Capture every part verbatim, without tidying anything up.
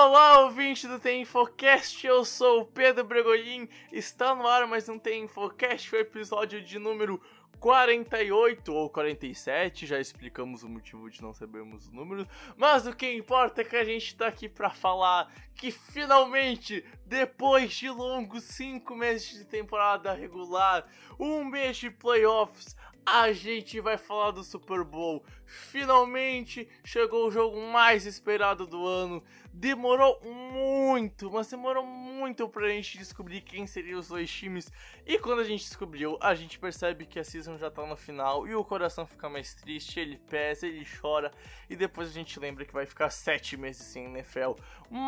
Olá, ouvinte do Tem Infocast, eu sou o Pedro Bregolin, está no ar mais um Tem Infocast, o episódio de número quarenta e oito ou quarenta e sete, já explicamos o motivo de não sabermos o número, mas o que importa é que a gente tá aqui pra falar que finalmente, depois de longos cinco meses de temporada regular, um mês de playoffs, a gente vai falar do Super Bowl. Finalmente chegou o jogo mais esperado do ano. Demorou muito, mas demorou muito pra gente descobrir quem seriam os dois times. E quando a gente descobriu, a gente percebe que a season já tá no final e o coração fica mais triste, ele pesa, ele chora. E depois a gente lembra que vai ficar sete meses sem N F L.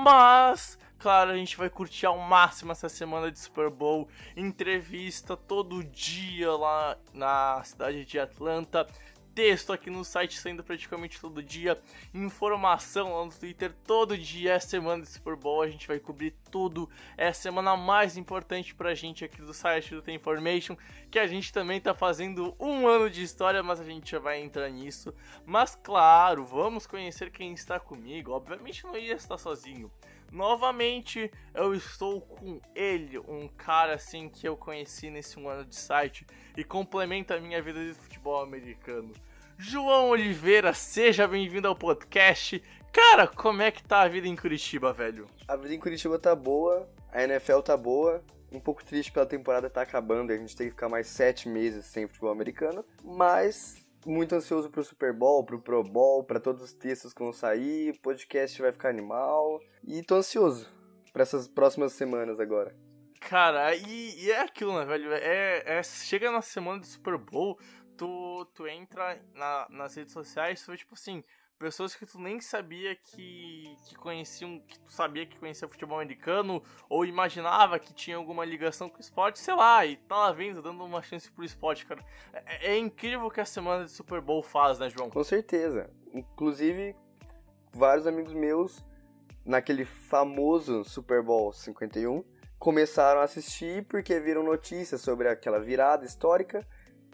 Mas, claro, a gente vai curtir ao máximo essa semana de Super Bowl. Entrevista todo dia lá na cidade de Atlanta. Texto aqui no site saindo praticamente todo dia, informação lá no Twitter todo dia. É semana de Super Bowl, a gente vai cobrir tudo. É a semana mais importante pra gente aqui do site do The Information, que a gente também tá fazendo um ano de história, mas a gente já vai entrar nisso. Mas claro, vamos conhecer quem está comigo. Obviamente não ia estar sozinho. Novamente eu estou com ele, um cara assim que eu conheci nesse um ano de site e complementa a minha vida de futebol americano. João Oliveira, seja bem-vindo ao podcast. Cara, como é que tá a vida em Curitiba, velho? A vida em Curitiba tá boa, a N F L tá boa, um pouco triste pela temporada tá acabando, a gente tem que ficar mais sete meses sem futebol americano, mas muito ansioso pro Super Bowl, pro Pro Bowl, pra todos os textos que vão sair, o podcast vai ficar animal, e tô ansioso pra essas próximas semanas agora. Cara, e, e é aquilo, né, velho? É, é, chega na semana do Super Bowl, tu, tu entra na, nas redes sociais, tu vê, tipo assim, pessoas que tu nem sabia que, que conheciam, que tu sabia que conhecia futebol americano, ou imaginava que tinha alguma ligação com o esporte, sei lá, e tá lá vendo, dando uma chance pro esporte, cara. É, é incrível o que a semana de Super Bowl faz, né, João? Com certeza. Inclusive, vários amigos meus, naquele famoso Super Bowl cinquenta e um, começaram a assistir porque viram notícias sobre aquela virada histórica.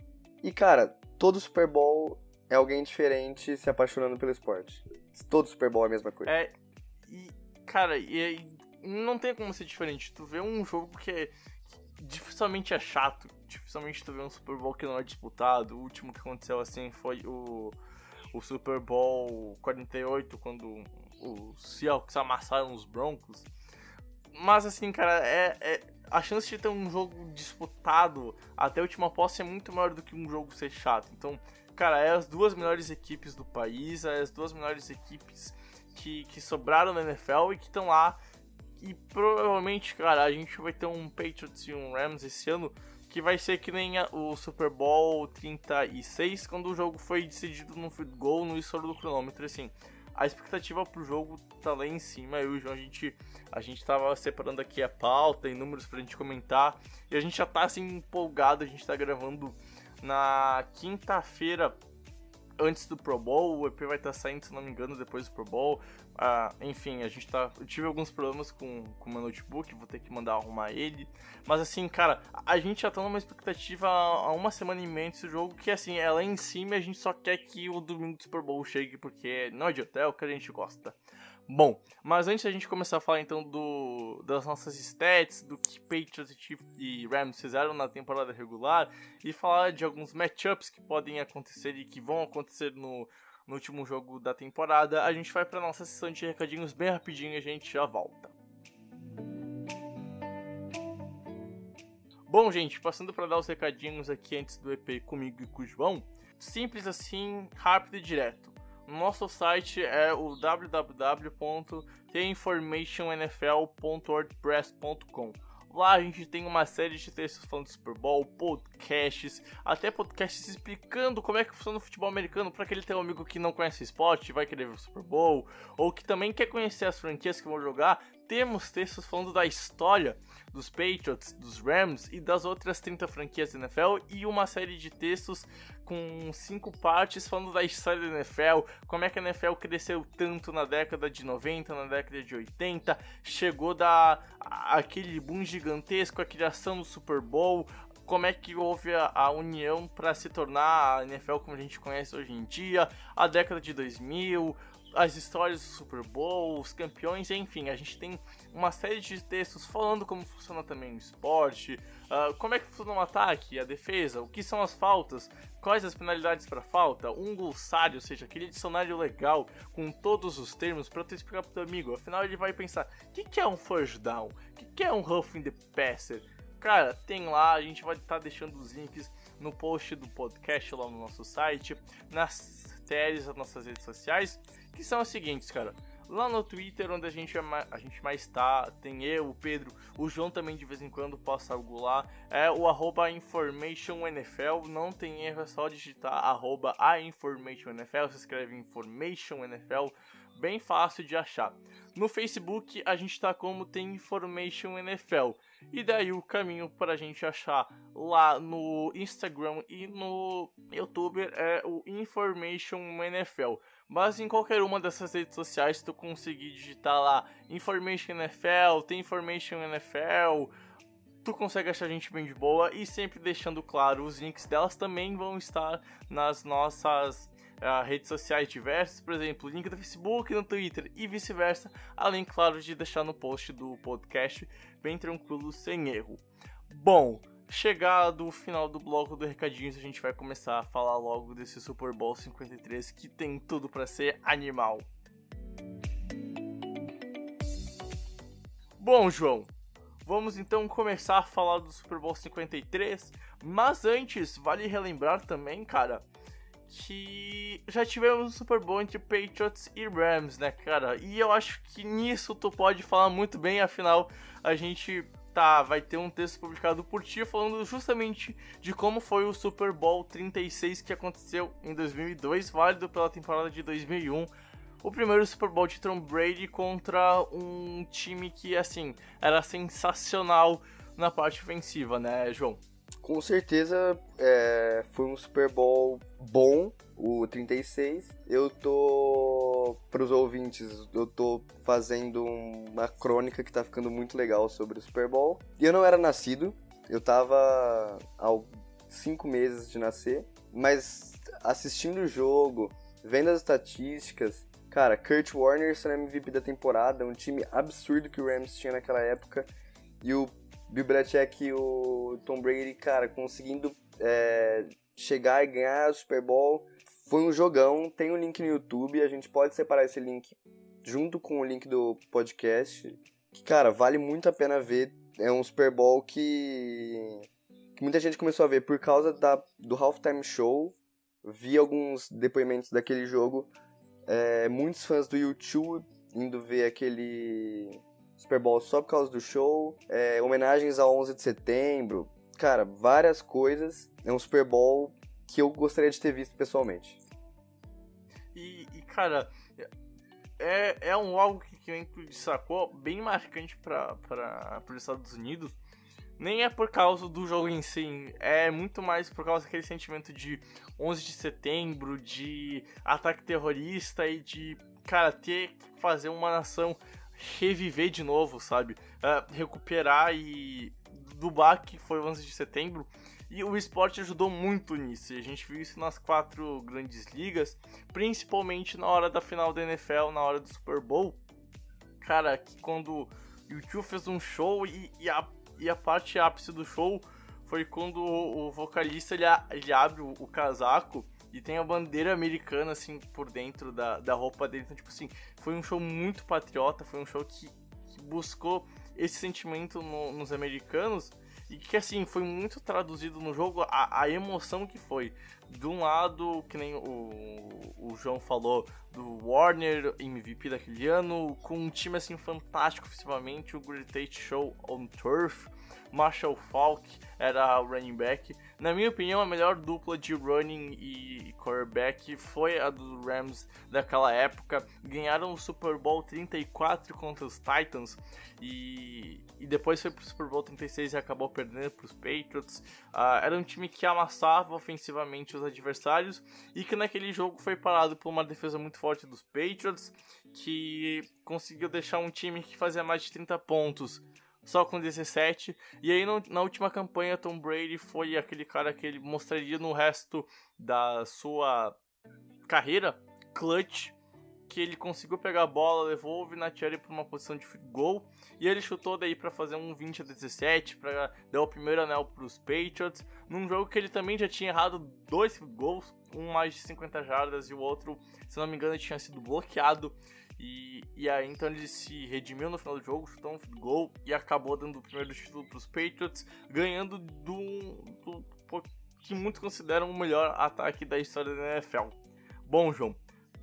E, cara, todo Super Bowl é alguém diferente se apaixonando pelo esporte. Todo Super Bowl é a mesma coisa. É, e, cara, e, e não tem como ser diferente. Tu vê um jogo que dificilmente é chato, dificilmente tu vê um Super Bowl que não é disputado. O último que aconteceu assim foi o, o Super Bowl quarenta e oito, quando os Seahawks amassaram os Broncos. Mas assim, cara, é, é, a chance de ter um jogo disputado até a última posse é muito maior do que um jogo ser chato. Então, cara, é as duas melhores equipes do país, é as duas melhores equipes que, que sobraram na N F L e que estão lá. E provavelmente, cara, a gente vai ter um Patriots e um Rams esse ano que vai ser que nem a, o Super Bowl trinta e seis, quando o jogo foi decidido no field goal, no estouro do cronômetro, assim. A expectativa pro jogo tá lá em cima. Eu e o João, a gente, a gente tava separando aqui a pauta e números pra gente comentar. E a gente já tá assim empolgado. A gente tá gravando na quinta-feira antes do Pro Bowl. O E P vai estar tá saindo, se não me engano, depois do Pro Bowl. Ah, enfim, a gente tá. Eu tive alguns problemas com o meu notebook, vou ter que mandar arrumar ele. Mas assim, cara, a gente já tá numa expectativa há uma semana e meia desse jogo, que assim, é lá em cima e a gente só quer que o domingo do Super Bowl chegue, porque não adianta, é o que a gente gosta. Bom, mas antes da gente começar a falar então do, das nossas stats, do que Patriots e Rams fizeram na temporada regular, e falar de alguns matchups que podem acontecer e que vão acontecer no, no último jogo da temporada, a gente vai para nossa sessão de recadinhos bem rapidinho e a gente já volta. Bom, gente, passando para dar os recadinhos aqui antes do E P comigo e com o João, simples assim, rápido e direto. Nosso site é o w w w ponto the information n f l ponto wordpress ponto com. Lá a gente tem uma série de textos falando do Super Bowl, podcasts, até podcasts explicando como é que funciona o futebol americano para aquele teu amigo que não conhece o esporte, vai querer ver o Super Bowl, ou que também quer conhecer as franquias que vão jogar. Temos textos falando da história dos Patriots, dos Rams e das outras trinta franquias da N F L, e uma série de textos com cinco partes falando da história da N F L, como é que a N F L cresceu tanto na década de noventa, na década de oitenta, chegou da aquele boom gigantesco, a criação do Super Bowl, como é que houve a, a união para se tornar a N F L como a gente conhece hoje em dia, a década de dois mil, as histórias do Super Bowl, os campeões, enfim, a gente tem uma série de textos falando como funciona também o esporte, uh, como é que funciona o ataque, a defesa, o que são as faltas, quais as penalidades para falta, um glossário, ou seja, aquele dicionário legal com todos os termos para tu explicar pro teu amigo. Afinal ele vai pensar, o que, que é um first down? O que, que é um roughing the passer? Cara, tem lá, a gente vai estar tá deixando os links no post do podcast lá no nosso site, nas séries das nossas redes sociais, que são as seguintes, cara. Lá no Twitter, onde a gente, é mais, a gente mais tá, tem eu, o Pedro, o João também de vez em quando posta algo lá, é o arroba InformationNFL, não tem erro, é só digitar arroba a InformationNFL, se escreve InformationNFL, bem fácil de achar. No Facebook, a gente tá como tem InformationNFL, e daí o caminho para a gente achar lá no Instagram e no YouTube é o InformationNFL. Mas em qualquer uma dessas redes sociais, se tu conseguir digitar lá InformationNFL, tem InformationNFL, tu consegue achar a gente bem de boa. E sempre deixando claro, os links delas também vão estar nas nossas uh, redes sociais diversas. Por exemplo, o link do Facebook, no Twitter e vice-versa. Além, claro, de deixar no post do podcast, bem tranquilo, sem erro. Bom, chegado o final do bloco do Recadinhos, a gente vai começar a falar logo desse Super Bowl cinquenta e três que tem tudo pra ser animal. Bom, João, vamos então começar a falar do Super Bowl cinquenta e três, mas antes, vale relembrar também, cara, que já tivemos um Super Bowl entre Patriots e Rams, né, cara? E eu acho que nisso tu pode falar muito bem, afinal, a gente... Tá, vai ter um texto publicado por ti falando justamente de como foi o Super Bowl trinta e seis que aconteceu em dois mil e dois, válido pela temporada de dois mil e um. O primeiro Super Bowl de Tom Brady contra um time que, assim, era sensacional na parte ofensiva, né, João? Com certeza é, foi um Super Bowl bom, o trinta e seis. Eu tô, pros ouvintes, eu tô fazendo uma crônica que tá ficando muito legal sobre o Super Bowl. E eu não era nascido, eu tava há cinco meses de nascer, mas assistindo o jogo, vendo as estatísticas, cara, Kurt Warner sendo M V P da temporada, um time absurdo que o Rams tinha naquela época, e o Bill Belichick e o Tom Brady, cara, conseguindo é, chegar e ganhar o Super Bowl. Foi um jogão, tem um link no YouTube, a gente pode separar esse link junto com o link do podcast, que, cara, vale muito a pena ver. É um Super Bowl que, que muita gente começou a ver por causa da, do Halftime Show. Vi alguns depoimentos daquele jogo, é, muitos fãs do YouTube indo ver aquele Super Bowl só por causa do show, é, homenagens ao onze de setembro, cara, várias coisas. É um Super Bowl que eu gostaria de ter visto pessoalmente. E, e cara, é, é um algo que, que eu sacou bem marcante para os Estados Unidos. Nem é por causa do jogo em si, é muito mais por causa daquele sentimento de onze de setembro, de ataque terrorista e de, cara, ter que fazer uma nação reviver de novo, sabe? Uh, recuperar e do baque que foi o onze de setembro. E o esporte ajudou muito nisso. E a gente viu isso nas quatro grandes ligas, principalmente na hora da final da N F L, na hora do Super Bowl. Cara, que quando o YouTube fez um show e, e, a, e a parte ápice do show foi quando o, o vocalista ele, ele abre o, o casaco e tem a bandeira americana, assim, por dentro da, da roupa dele. Então, tipo assim, foi um show muito patriota, foi um show que, que buscou esse sentimento no, nos americanos e que, assim, foi muito traduzido no jogo, a, a emoção que foi. De um lado, que nem o, o João falou, do Warner, M V P daquele ano, com um time, assim, fantástico ofensivamente, o Greatest Show on Turf. Marshall Faulk era o running back. Na minha opinião, a melhor dupla de running e quarterback foi a dos Rams daquela época. Ganharam o Super Bowl trinta e quatro contra os Titans e, e depois foi pro Super Bowl trinta e seis e acabou perdendo para os Patriots. Uh, era um time que amassava ofensivamente os adversários e que naquele jogo foi parado por uma defesa muito forte dos Patriots, que conseguiu deixar um time que fazia mais de trinta pontos só com dezessete, e aí no, na última campanha Tom Brady foi aquele cara que ele mostraria no resto da sua carreira, clutch, que ele conseguiu pegar a bola, levou o Vinatieri para uma posição de field goal, e ele chutou daí para fazer um vinte a dezessete, para dar o primeiro anel para os Patriots, num jogo que ele também já tinha errado dois field goals, um mais de cinquenta jardas e o outro, se não me engano, tinha sido bloqueado. E, e aí então ele se redimiu no final do jogo, chutou um field goal e acabou dando o primeiro título para os Patriots, ganhando do, do que muitos consideram o melhor ataque da história da N F L. Bom, João,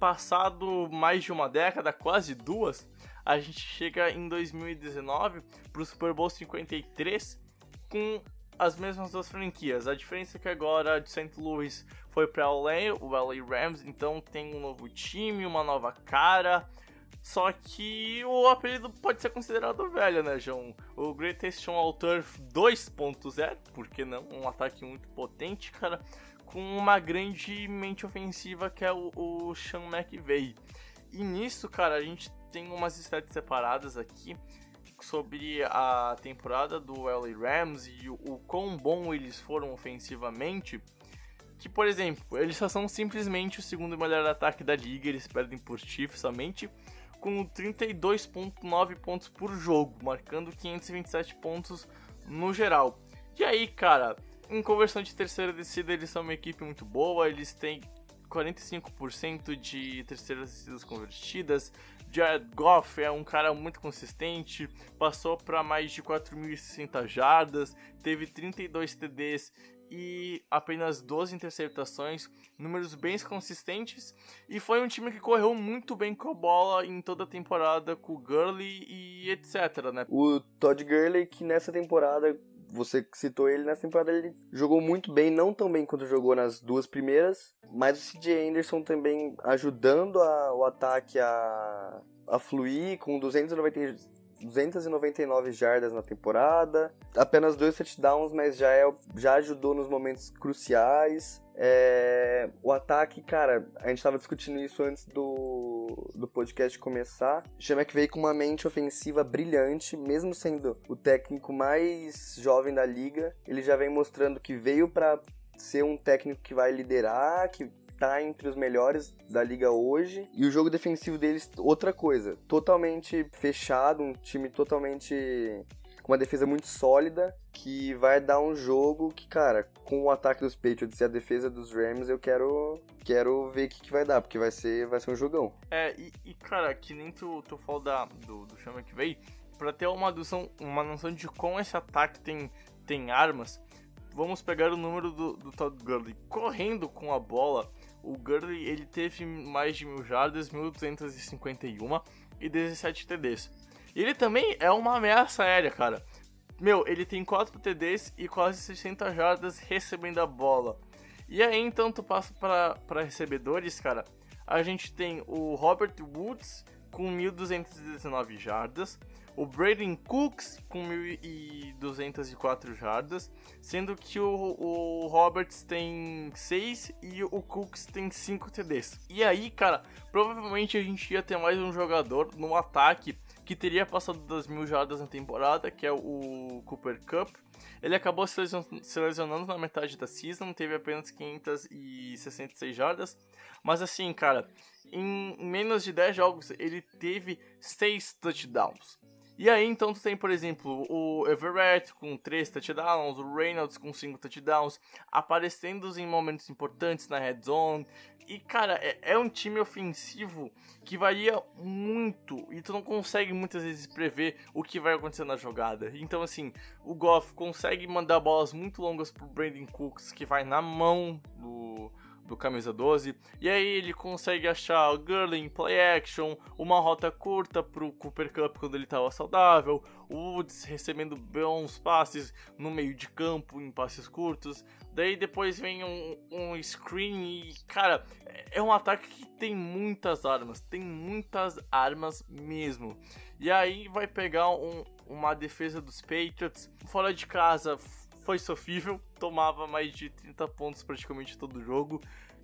passado mais de uma década, quase duas, a gente chega em dois mil e dezenove para o Super Bowl cinquenta e três com as mesmas duas franquias. A diferença é que agora de Saint Louis foi para L A, o L A Rams, então tem um novo time, uma nova cara. Só que o apelido pode ser considerado velho, né, João? O Greatest Show on Turf dois ponto zero, por que não? Um ataque muito potente, cara, com uma grande mente ofensiva que é o, o Sean McVay. E nisso, cara, a gente tem umas stats separadas aqui sobre a temporada do L A Rams e o, o quão bom eles foram ofensivamente. Que, por exemplo, eles só são simplesmente o segundo melhor ataque da liga, eles perdem por Chiefs somente, com trinta e dois vírgula nove pontos por jogo, marcando quinhentos e vinte e sete pontos no geral. E aí, cara, em conversão de terceira descida, eles são uma equipe muito boa, eles têm quarenta e cinco por cento de terceiras descidas convertidas. Jared Goff é um cara muito consistente, passou para mais de quatro mil e sessenta jardas, teve trinta e dois T Ds e apenas doze interceptações, números bem consistentes, e foi um time que correu muito bem com a bola em toda a temporada, com o Gurley e etc, né? O Todd Gurley, que nessa temporada, você citou ele, nessa temporada ele jogou muito bem, não tão bem quanto jogou nas duas primeiras, mas o C J Anderson também ajudando a, o ataque a, a fluir, com duzentos e noventa e nove jardas na temporada, apenas dois touchdowns, mas já, é, já ajudou nos momentos cruciais. É, o ataque, cara, a gente tava discutindo isso antes do, do podcast começar. Sean McVay com uma mente ofensiva brilhante, mesmo sendo o técnico mais jovem da liga, ele já vem mostrando que veio para ser um técnico que vai liderar, que tá entre os melhores da liga hoje. E o jogo defensivo deles, outra coisa, totalmente fechado, um time totalmente com uma defesa muito sólida, que vai dar um jogo que, cara, com o ataque dos Patriots e a defesa dos Rams, eu quero quero ver o que, que vai dar, porque vai ser, vai ser um jogão. É, e, e cara, que nem tu, tu falou da, do, do Sean McVay, pra ter uma noção, uma noção de como esse ataque tem, tem armas, vamos pegar o número do, do Todd Gurley. Correndo com a bola, o Gurley ele teve mais de mil jardas, mil duzentos e cinquenta e um e dezessete T Ds. Ele também é uma ameaça aérea, cara. Meu, ele tem quatro T Ds e quase sessenta jardas recebendo a bola. E aí, então, tu passa para recebedores, cara. A gente tem o Robert Woods com mil duzentos e dezenove jardas. O Brandon Cooks com mil duzentos e quatro jardas, sendo que o, o Roberts tem seis e o Cooks tem cinco T Ds. E aí, cara, provavelmente a gente ia ter mais um jogador no ataque que teria passado das mil jardas na temporada, que é o Cooper Kupp. Ele acabou se lesionando na metade da season, teve apenas quinhentos e sessenta e seis jardas. Mas assim, cara, em menos de dez jogos ele teve seis touchdowns. E aí, então, tu tem, por exemplo, o Everett com três touchdowns, o Reynolds com cinco touchdowns, aparecendo em momentos importantes na red zone. E, cara, é, é um time ofensivo que varia muito e tu não consegue muitas vezes prever o que vai acontecer na jogada. Então, assim, o Goff consegue mandar bolas muito longas pro Brandon Cooks, que vai na mão do... do camisa doze, e aí ele consegue achar o Gurley em play action, uma rota curta pro Cooper Kupp quando ele estava saudável, o Woods recebendo bons passes no meio de campo, em passes curtos, daí depois vem um, um screen e, cara, é um ataque que tem muitas armas, tem muitas armas mesmo, e aí vai pegar um, uma defesa dos Patriots, fora de casa, foi sofrível, tomava mais de trinta pontos praticamente todo jogo.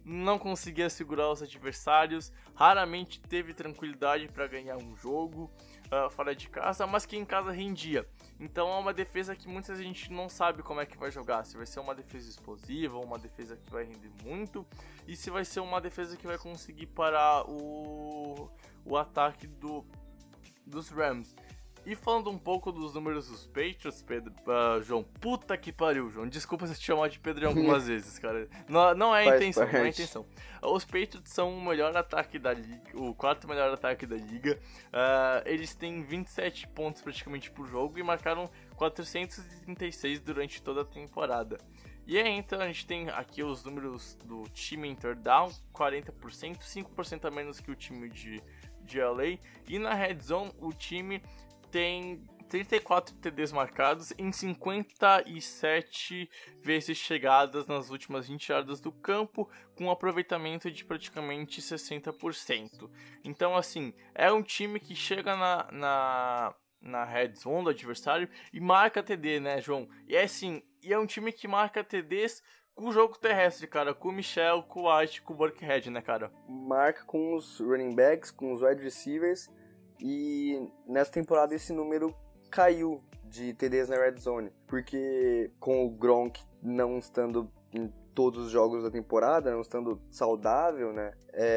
não conseguia segurar os adversários, raramente teve tranquilidade para ganhar um jogo uh, fora de casa, mas que em casa rendia. Então é uma defesa que muita gente não sabe como é que vai jogar, se vai ser uma defesa explosiva ou uma defesa que vai render muito, e se vai ser uma defesa que vai conseguir parar o, o ataque do, dos Rams. E falando um pouco dos números dos Patriots, Pedro, uh, João, puta que pariu, João, desculpa se te chamar de Pedro algumas vezes, cara, não, não é a intenção, não é a intenção. Os Patriots são o melhor ataque da liga, o quarto melhor ataque da liga, uh, eles têm vinte e sete pontos praticamente por jogo e marcaram quatrocentos e trinta e seis durante toda a temporada. E aí, então, a gente tem aqui os números do time em third down, quarenta por cento, cinco por cento a menos que o time de, de L A, e na red zone o time tem trinta e quatro T Ds marcados em cinquenta e sete vezes chegadas nas últimas vinte jardas do campo, com um aproveitamento de praticamente sessenta por cento. Então, assim, é um time que chega na, na, na red zone do adversário e marca T D, né, João? E é assim, e é um time que marca T Ds com o jogo terrestre, cara, com o Michel, com o White, com o Burkhead, né, cara? Marca com os running backs, com os wide receivers. E nessa temporada esse número caiu de T Ds na Red Zone, porque com o Gronk não estando em todos os jogos da temporada, não estando saudável, né,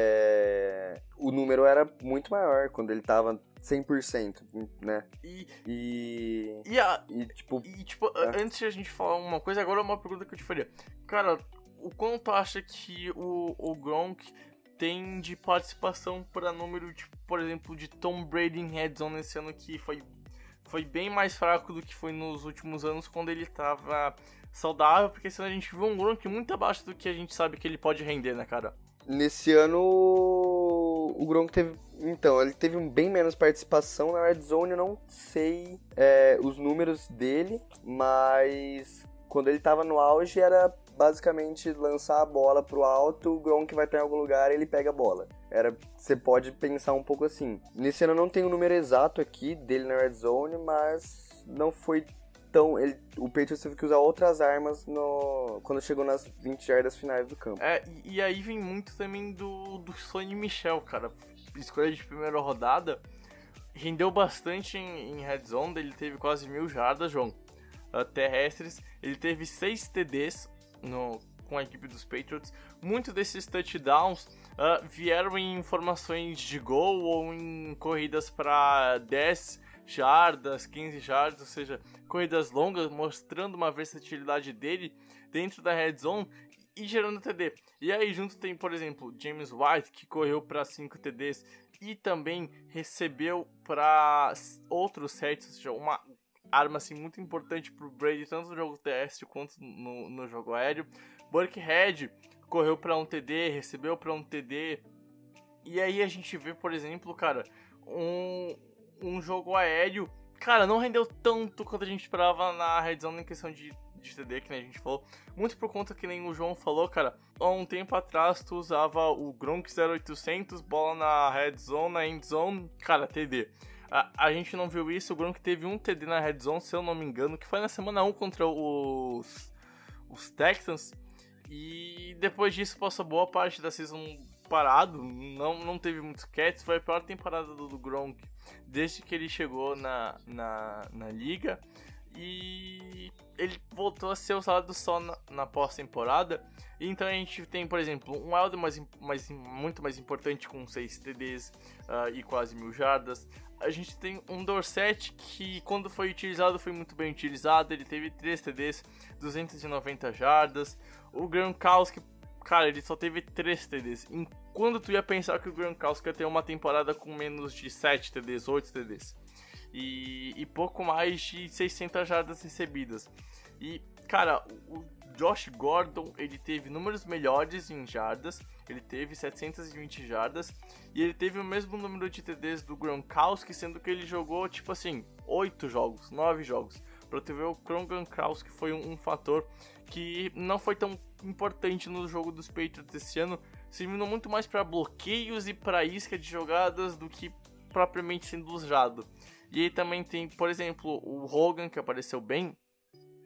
é... o número era muito maior quando ele tava cem por cento, né, e... E, e, a... e tipo... E, tipo, é. Antes de a gente falar uma coisa, agora é uma pergunta que eu te faria. Cara, o quanto tu acha que o, o Gronk tem de participação para número, tipo, por exemplo, de Tom Brady em red zone esse ano, que foi, foi bem mais fraco do que foi nos últimos anos quando ele estava saudável, porque senão a gente viu um Gronk muito abaixo do que a gente sabe que ele pode render, né, cara? Nesse ano o Gronk teve, então, ele teve bem menos participação na red zone, eu não sei é, os números dele, mas quando ele estava no auge era basicamente lançar a bola pro alto, o Gronk vai estar em algum lugar e ele pega a bola. Era, você pode pensar um pouco assim. Nesse ano eu não tenho o número exato aqui dele na red zone, mas não foi tão... Ele, o Patriots teve que usar outras armas no, quando chegou nas vinte jardas finais do campo. É, e, e aí vem muito também do, do Sonny Michel, cara. Escolha de primeira rodada, rendeu bastante em, em red zone, ele teve quase mil jardas, João, uh, terrestres. Ele teve seis T Ds No, com a equipe dos Patriots. Muitos desses touchdowns uh, vieram em formações de gol ou em corridas para dez jardas, quinze jardas, ou seja, corridas longas, mostrando uma versatilidade dele dentro da red zone e gerando T D. E aí junto tem, por exemplo, James White, que correu para cinco T Ds e também recebeu para outros sets, ou seja, uma arma assim, muito importante pro Brady, tanto no jogo terrestre quanto no, no jogo aéreo. Burkhead correu para um T D, recebeu para um T D. E aí a gente vê, por exemplo, cara, um, um jogo aéreo, cara, não rendeu tanto quanto a gente esperava na red zone em questão de, de T D, que nem a gente falou. Muito por conta que nem o João falou, cara, há um tempo atrás tu usava o Gronk zero oitocentos, bola na red zone, na end zone, cara, T D. A, a gente não viu isso, o Gronk teve um T D na red zone, se eu não me engano, que foi na semana um contra os, os Texans. E depois disso passou boa parte da season parado, não, não teve muitos catches, foi a pior temporada do, do Gronk desde que ele chegou na, na, na liga. E ele voltou a ser usado só na, na pós-temporada. Então a gente tem, por exemplo, um Elder mais, mais, muito mais importante com seis T Ds uh, e quase mil jardas. A gente tem um Dorsett que, quando foi utilizado, foi muito bem utilizado. Ele teve três T Ds, duzentas e noventa jardas. O Gronkowski, cara, ele só teve três T Ds. Enquanto tu ia pensar que o Gronkowski ia ter uma temporada com menos de sete T Ds, oito T Ds. E, e pouco mais de seiscentas jardas recebidas. E, cara, o Josh Gordon, ele teve números melhores em jardas. Ele teve setecentas e vinte jardas. E ele teve o mesmo número de T Ds do Gronkowski, sendo que ele jogou, tipo assim, oito jogos, nove jogos. Pra tu ver, o Gronkowski foi um, um fator que não foi tão importante no jogo dos Patriots esse ano, servindo muito mais para bloqueios e para isca de jogadas do que propriamente sendo usado. E aí também tem, por exemplo, o Hogan, que apareceu bem,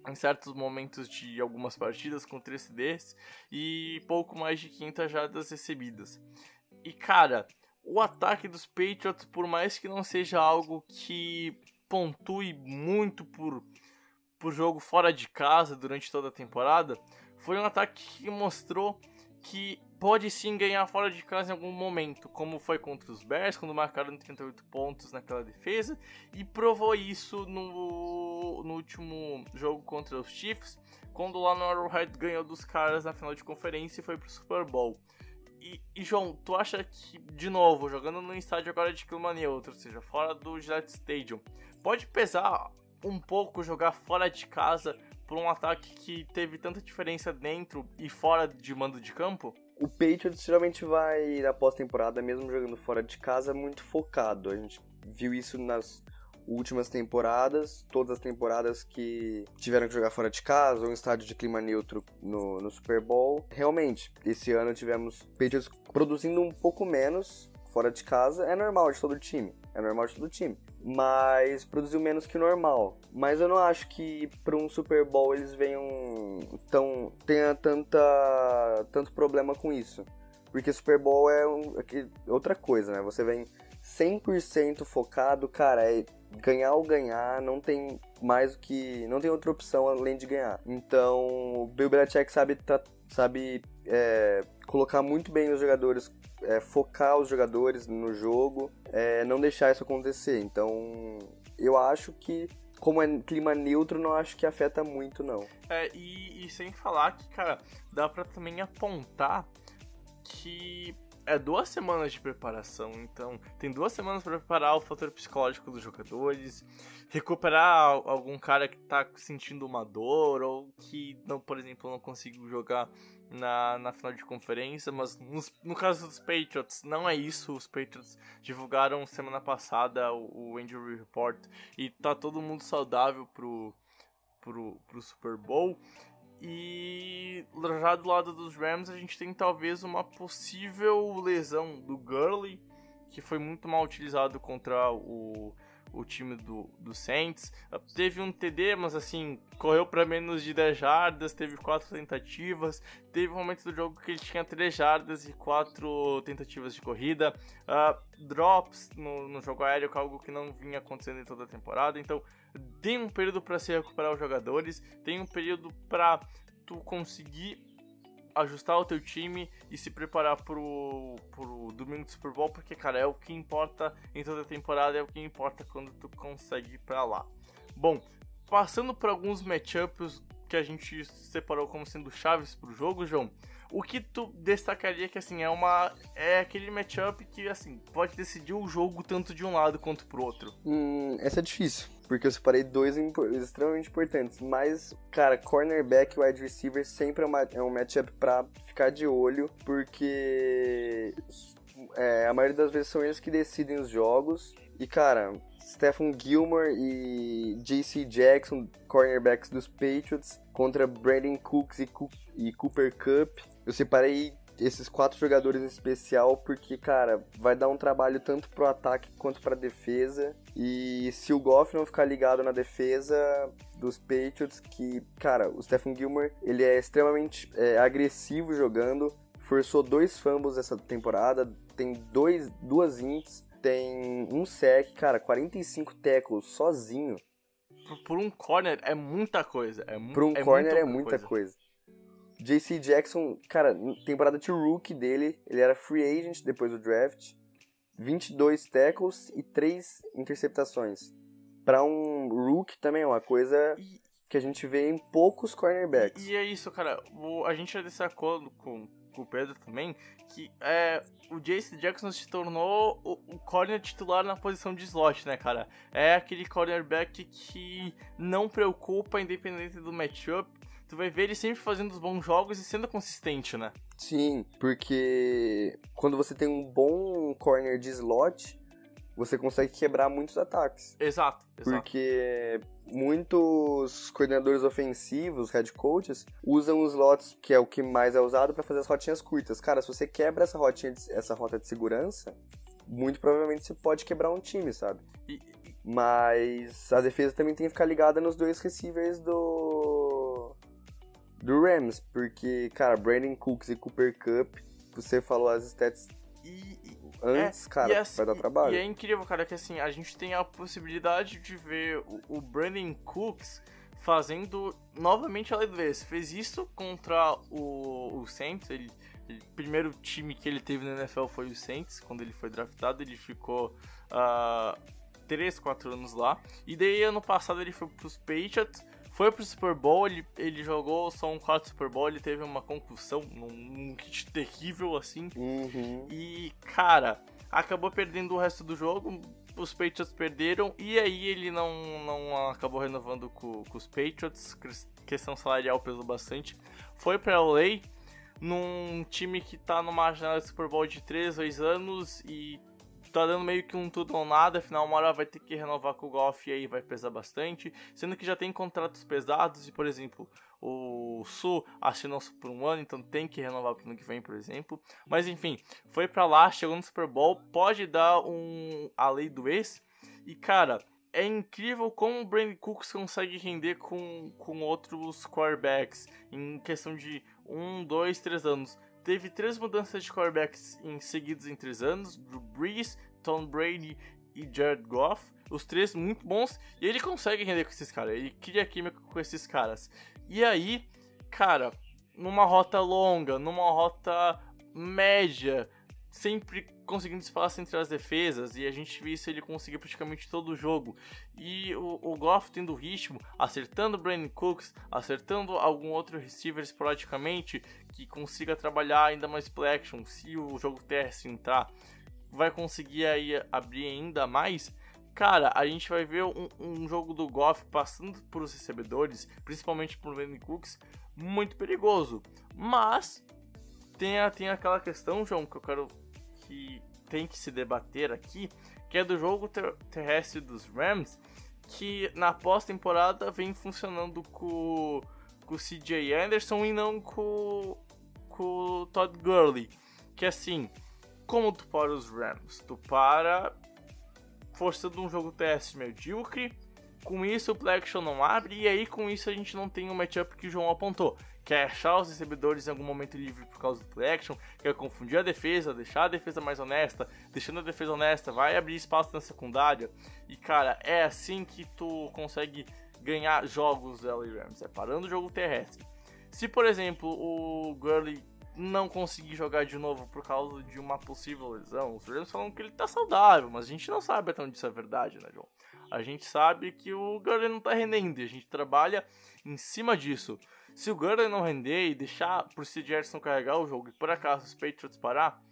em certos momentos de algumas partidas com três C Ds e pouco mais de quinhentas jardas recebidas. E cara, o ataque dos Patriots, por mais que não seja algo que pontue muito por, por jogo fora de casa durante toda a temporada, foi um ataque que mostrou que pode sim ganhar fora de casa em algum momento, como foi contra os Bears, quando marcaram trinta e oito pontos naquela defesa, e provou isso no, no último jogo contra os Chiefs, quando lá no Arrowhead ganhou dos caras na final de conferência e foi pro Super Bowl. E, e João, tu acha que, de novo, jogando no estádio agora de clima neutro, ou seja, fora do Gillette Stadium, pode pesar um pouco jogar fora de casa por um ataque que teve tanta diferença dentro e fora de mando de campo? O Patriots geralmente vai na pós-temporada, mesmo jogando fora de casa, muito focado. A gente viu isso nas últimas temporadas, todas as temporadas que tiveram que jogar fora de casa ou em estádio de clima neutro no, no Super Bowl. Realmente, esse ano tivemos Patriots produzindo um pouco menos fora de casa. É normal de todo time, é normal de todo time. Mas produziu menos que o normal. Mas eu não acho que para um Super Bowl eles venham tão, tenha tanta, tanto problema com isso. Porque Super Bowl é um, é outra coisa, né? Você vem cem por cento focado, cara, é ganhar ou ganhar, não tem mais o que... não tem outra opção além de ganhar. Então, o Bill Belichick sabe, tá, sabe é, colocar muito bem os jogadores, é, focar os jogadores no jogo, é, não deixar isso acontecer. Então, eu acho que, como é clima neutro, não acho que afeta muito, não. É, e, e sem falar que, cara, dá pra também apontar que é duas semanas de preparação, então tem duas semanas para preparar o fator psicológico dos jogadores, recuperar algum cara que tá sentindo uma dor ou que, não, por exemplo, não conseguiu jogar na, na final de conferência, mas nos, no caso dos Patriots não é isso. Os Patriots divulgaram semana passada o, o Injury Report e tá todo mundo saudável pro, pro, pro Super Bowl. E já do lado dos Rams a gente tem talvez uma possível lesão do Gurley, que foi muito mal utilizado contra o, o time do, do Saints. Teve um T D, mas assim, correu para menos de dez jardas, teve quatro tentativas. Teve um momento do jogo que ele tinha três jardas e quatro tentativas de corrida. Uh, drops no, no jogo aéreo, que é algo que não vinha acontecendo em toda a temporada. Então, tem um período para se recuperar os jogadores, tem um período para tu conseguir ajustar o teu time e se preparar pro, pro domingo do Super Bowl, porque, cara, é o que importa em toda a temporada, é o que importa quando tu consegue ir pra lá. Bom, passando por alguns matchups que a gente separou como sendo chaves pro jogo, João, o que tu destacaria que, assim, é uma é aquele matchup que, assim, pode decidir o jogo tanto de um lado quanto pro outro? Hum, essa é difícil, porque eu separei dois extremamente importantes, mas, cara, cornerback e wide receiver sempre é, uma, é um matchup pra ficar de olho, porque é, a maioria das vezes são eles que decidem os jogos, e, cara, Stephon Gilmore e J C Jackson, cornerbacks dos Patriots, contra Brandon Cooks e, Co- e Cooper Kupp. Eu separei esses quatro jogadores em especial porque, cara, vai dar um trabalho tanto pro ataque quanto pra defesa. E se o Goff não ficar ligado na defesa dos Patriots, que, cara, o Stephon Gilmore, ele é extremamente é, agressivo jogando, forçou dois fumbles essa temporada, tem dois, duas ints, tem um sec, cara, quarenta e cinco tackles sozinho. Por, por um corner é muita coisa. É mu- Por um é corner muita é muita coisa. coisa. J C Jackson, cara, temporada de rookie dele, ele era free agent depois do draft, vinte e dois tackles e três interceptações. Pra um rookie também é uma coisa E, que a gente vê em poucos cornerbacks. e é isso, cara. O, a gente já destacou com, com o Pedro também que é, o J C Jackson se tornou o, o corner titular na posição de slot, né, cara? É aquele cornerback que não preocupa, independente do matchup. Tu vai ver ele sempre fazendo os bons jogos e sendo consistente, né? Sim, porque quando você tem um bom corner de slot, você consegue quebrar muitos ataques. Exato, exato. Porque muitos coordenadores ofensivos, head coaches, usam os slots, que é o que mais é usado, para fazer as rotinhas curtas. Cara, se você quebra essa, rotinha de, essa rota de segurança, muito provavelmente você pode quebrar um time, sabe? E, Mas a defesa também tem que ficar ligada nos dois receivers do do Rams, porque, cara, Brandon Cooks e Cooper Kupp, você falou as stats E, e- antes, é, cara, e assim, vai dar trabalho. E é incrível, cara, que assim, a gente tem a possibilidade de ver o, o Brandon Cooks fazendo novamente a lei do ex. Fez isso contra o, o Saints. Ele, ele- o primeiro time que ele teve na N F L foi o Saints, quando ele foi draftado. Ele ficou três, quatro anos lá. E daí, ano passado, ele foi pros Patriots. Foi pro Super Bowl, ele, ele jogou só um quarto Super Bowl, ele teve uma concussão, um, um kit terrível, assim. Uhum. E, cara, acabou perdendo o resto do jogo, os Patriots perderam, e aí ele não, não acabou renovando com, com os Patriots, questão salarial pesou bastante. Foi pra L A, num time que tá numa janela de Super Bowl de três, dois anos, e tá dando meio que um tudo ou nada, afinal uma hora vai ter que renovar com o Goff e aí vai pesar bastante, sendo que já tem contratos pesados e, por exemplo, o Sul assinou por um ano, então tem que renovar pro ano que vem, por exemplo. Mas enfim, foi pra lá, chegou no Super Bowl, pode dar um a lei do ex, e cara, é incrível como o Brandon Cooks consegue render com, com outros quarterbacks em questão de um, dois, três anos. Teve três mudanças de quarterbacks em seguidos em três anos, Drew Brees, Tom Brady e Jared Goff, os três muito bons, e ele consegue render com esses caras, ele cria química com esses caras. E aí, cara, numa rota longa, numa rota média, sempre conseguindo espaço entre as defesas, e a gente viu isso ele conseguir praticamente todo o jogo. E o, o Goff tendo ritmo, acertando o Brandon Cooks, acertando algum outro receiver esporadicamente, que consiga trabalhar ainda mais play action, se o jogo terrestre entrar, vai conseguir aí abrir ainda mais. Cara, a gente vai ver um, um jogo do Goff passando por os recebedores, principalmente por Brandon Cooks, muito perigoso. Mas tem, a, tem aquela questão, João, que eu quero que tem que se debater aqui, que é do jogo ter- terrestre dos Rams, que na pós-temporada vem funcionando com, com o C J Anderson e não com, com o Todd Gurley. Que assim, como tu para os Rams? Tu para forçando um jogo terrestre medíocre, com isso o play action não abre, e aí com isso a gente não tem o matchup que o João apontou, que é achar os recebedores em algum momento livre por causa do play action, que é confundir a defesa, deixar a defesa mais honesta, deixando a defesa honesta, vai abrir espaço na secundária, e cara, é assim que tu consegue ganhar jogos do L A Rams, é parando o jogo terrestre. Se, por exemplo, o Gurley não conseguir jogar de novo por causa de uma possível lesão, os Rams falam que ele tá saudável, mas a gente não sabe até onde isso é verdade, né, João? A gente sabe que o Gurley não tá rendendo e a gente trabalha em cima disso. Se o Gurley não render e deixar pro C J Anderson carregar o jogo e por acaso os Patriots parar,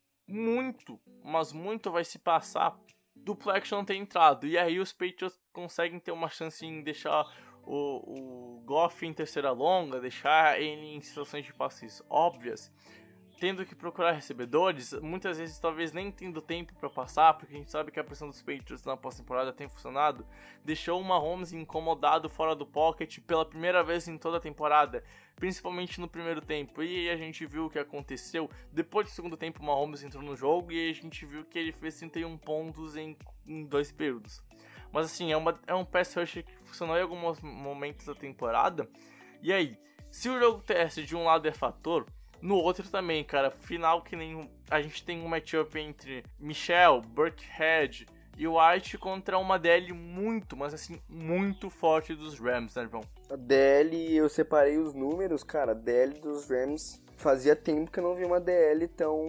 muito, mas muito vai se passar do play action não ter entrado. E aí os Patriots conseguem ter uma chance em deixar o, o Goff em terceira longa, deixar ele em situações de passes óbvias, tendo que procurar recebedores, muitas vezes talvez nem tendo tempo para passar, porque a gente sabe que a pressão dos Patriots na pós-temporada tem funcionado, deixou o Mahomes incomodado fora do pocket pela primeira vez em toda a temporada, principalmente no primeiro tempo, e a gente viu o que aconteceu. Depois do segundo tempo o Mahomes entrou no jogo e a gente viu que ele fez trinta e um pontos em, em dois períodos. Mas assim, é, uma, é um pass rush que funcionou em alguns momentos da temporada, e aí, se o jogo terrestre de um lado é fator, no outro também, cara, final que nem a gente tem um matchup entre Michel, Burkhead e White contra uma D L muito, mas assim, muito forte dos Rams, né, João? A D L, eu separei os números, cara, a D L dos Rams, fazia tempo que eu não vi uma D L tão,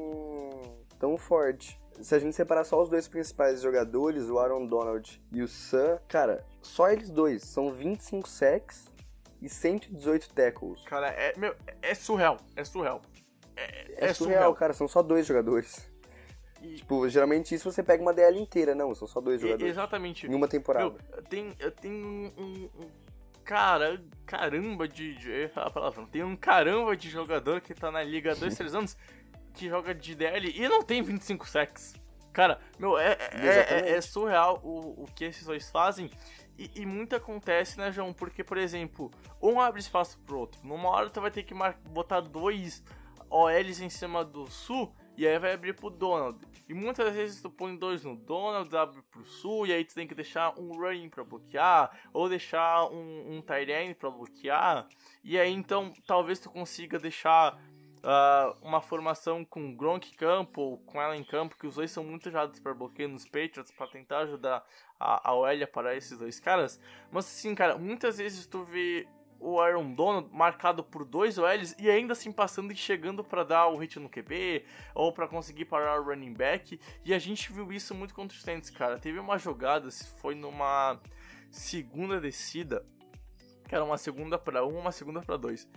tão forte. Se a gente separar só os dois principais jogadores, o Aaron Donald e o Sam, cara, só eles dois, são vinte e cinco sacks e cento e dezoito tackles. Cara, é, meu, é surreal, é surreal. É, é, é surreal, surreal, cara, são só dois jogadores. E... Tipo, geralmente isso você pega uma D L inteira, não, são só dois jogadores. Exatamente. Em uma temporada. Meu, tem, tem um, um, um cara, caramba de, de... Eu ia falar a palavra, não. Tem um caramba de jogador que tá na liga há dois, três anos que joga de D L e não tem vinte e cinco sacks. Cara, meu, é, é, é, é surreal o, o que esses dois fazem. E, e muito acontece, né, João? Porque, por exemplo, um abre espaço pro outro. Numa hora tu vai ter que mar- botar dois O Ls em cima do Sul e aí vai abrir pro Donald. E muitas vezes tu põe dois no Donald, abre pro Sul, e aí tu tem que deixar um running pra bloquear, ou deixar um, um tight end pra bloquear, e aí então talvez tu consiga deixar uh, uma formação com Gronk em campo, ou com ela em campo, que os dois são muito usados para bloqueio nos Patriots, pra tentar ajudar a, a O L a parar esses dois caras. Mas assim, cara, muitas vezes tu vê o Aaron Donald marcado por dois O Ls e ainda assim passando e chegando para dar o hit no Q B ou para conseguir parar o running back, e a gente viu isso muito contra os Saints, cara. Teve uma jogada, foi numa segunda descida, que era uma segunda para um, uma segunda para dois,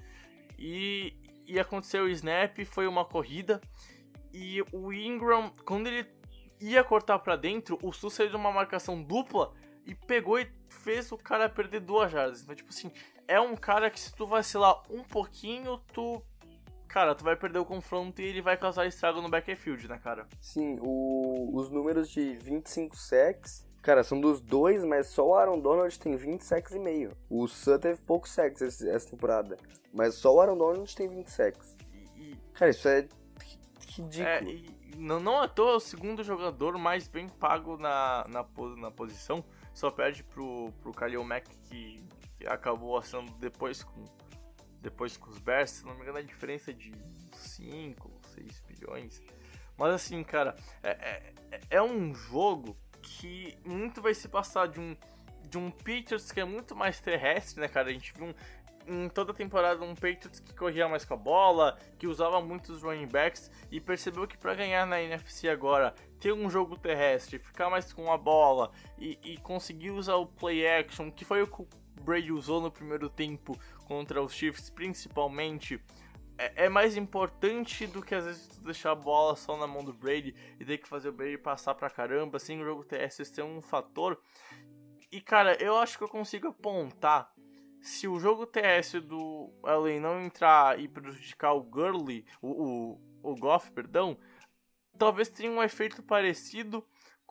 e, e aconteceu o snap, foi uma corrida, e o Ingram, quando ele ia cortar para dentro, o Sul saiu de uma marcação dupla e pegou e fez o cara perder duas jardas. Então, tipo assim, é um cara que se tu vacilar um pouquinho, tu... Cara, tu vai perder o confronto e ele vai causar estrago no backfield, né, cara? Sim, o, os números de vinte e cinco sacks, cara, são dos dois, mas só o Aaron Donald tem vinte sacks e meio. O Sun teve poucos sacks essa temporada, mas só o Aaron Donald tem vinte sacks. E, e... Cara, isso é ridículo. É, e não, não à toa, o segundo jogador mais bem pago na, na, na posição, só perde pro, pro Khalil Mack, que, que acabou assinando depois com, depois com os Bears. Se não me engano, a diferença é de cinco, seis bilhões. Mas assim, cara, é, é, é um jogo que muito vai se passar de um, de um Patriots que é muito mais terrestre, né, cara? A gente viu um, em toda a temporada um Patriots que corria mais com a bola, que usava muitos running backs, e percebeu que para ganhar na N F C agora, ter um jogo terrestre, ficar mais com a bola e, e conseguir usar o play action, que foi o que o Brady usou no primeiro tempo contra os Chiefs principalmente, é, é mais importante do que às vezes tu deixar a bola só na mão do Brady e ter que fazer o Brady passar pra caramba, sem o jogo terrestre ser um fator. E cara, eu acho que eu consigo apontar, se o jogo terrestre do L A não entrar e prejudicar o Gurley, o, o, o Goff, perdão, talvez tenha um efeito parecido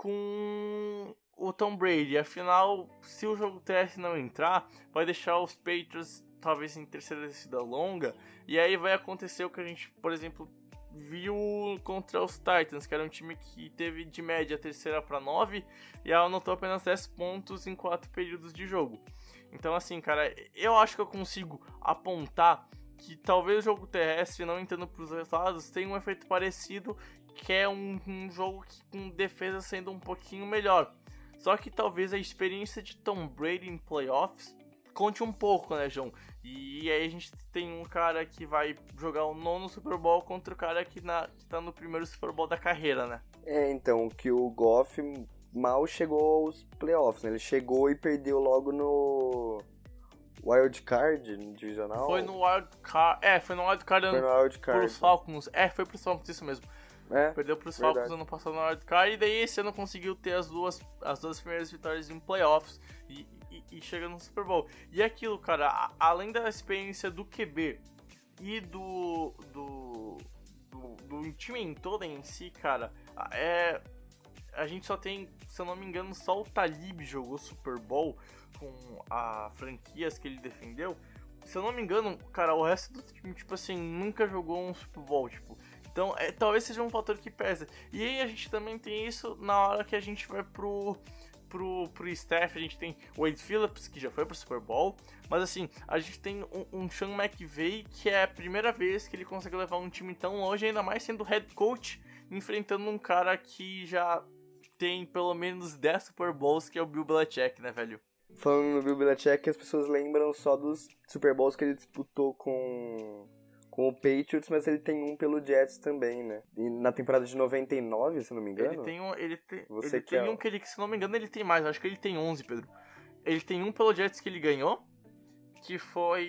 com o Tom Brady. Afinal, se o jogo terrestre não entrar, vai deixar os Patriots talvez em terceira descida longa, e aí vai acontecer o que a gente, por exemplo, viu contra os Titans, que era um time que teve de média terceira para nove e anotou apenas dez pontos em quatro períodos de jogo. Então assim, cara, eu acho que eu consigo apontar que talvez o jogo terrestre, não entrando para os resultados, tenha um efeito parecido, que é um, um jogo que, com defesa sendo um pouquinho melhor. Só que talvez a experiência de Tom Brady em playoffs conte um pouco, né, João? E aí a gente tem um cara que vai jogar o nono Super Bowl contra o cara que, na, que tá no primeiro Super Bowl da carreira, né? É, então, que o Goff mal chegou aos playoffs, né? Ele chegou e perdeu logo no Wild Card, no divisional. Foi no Wild Card, é, foi no Wild Card, foi no Wild Card. Pros Falcons, é, foi pros Falcons, isso mesmo. É, Perdeu pros verdade. Falcons ano passado no Wild Card, e daí esse ano conseguiu ter as duas, as duas primeiras vitórias em playoffs e, e, e chega no Super Bowl. E aquilo, cara, a, além da experiência do Q B e do, do, do, do time em todo em si, cara, é... A gente só tem, se eu não me engano, só o Talib jogou Super Bowl com as franquias que ele defendeu. Se eu não me engano, cara, o resto do time, tipo assim, nunca jogou um Super Bowl, tipo. Então, é, talvez seja um fator que pesa. E aí a gente também tem isso na hora que a gente vai pro, pro, pro staff. A gente tem o Wade Phillips, que já foi pro Super Bowl. Mas assim, a gente tem um, um Sean McVay, que é a primeira vez que ele consegue levar um time tão longe, ainda mais sendo head coach, enfrentando um cara que já tem pelo menos dez Super Bowls, que é o Bill Belichick, né, velho? Falando no Bill Belichick, as pessoas lembram só dos Super Bowls que ele disputou com, com o Patriots, mas ele tem um pelo Jets também, né? E na temporada de noventa e nove, se não me engano. Ele tem um, ele tem, Você ele que tem é... um que ele, se não me engano, ele tem mais. Acho que ele tem onze, Pedro. Ele tem um pelo Jets que ele ganhou, que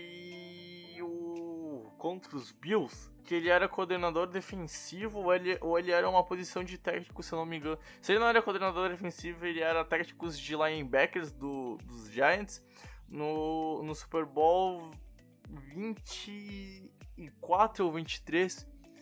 foi o contra os Bills, que ele era coordenador defensivo, ou ele, ou ele era uma posição de técnico, se eu não me engano. Se ele não era coordenador defensivo, ele era técnico de linebackers do, dos Giants, no, no Super Bowl vinte e quatro ou vinte e três,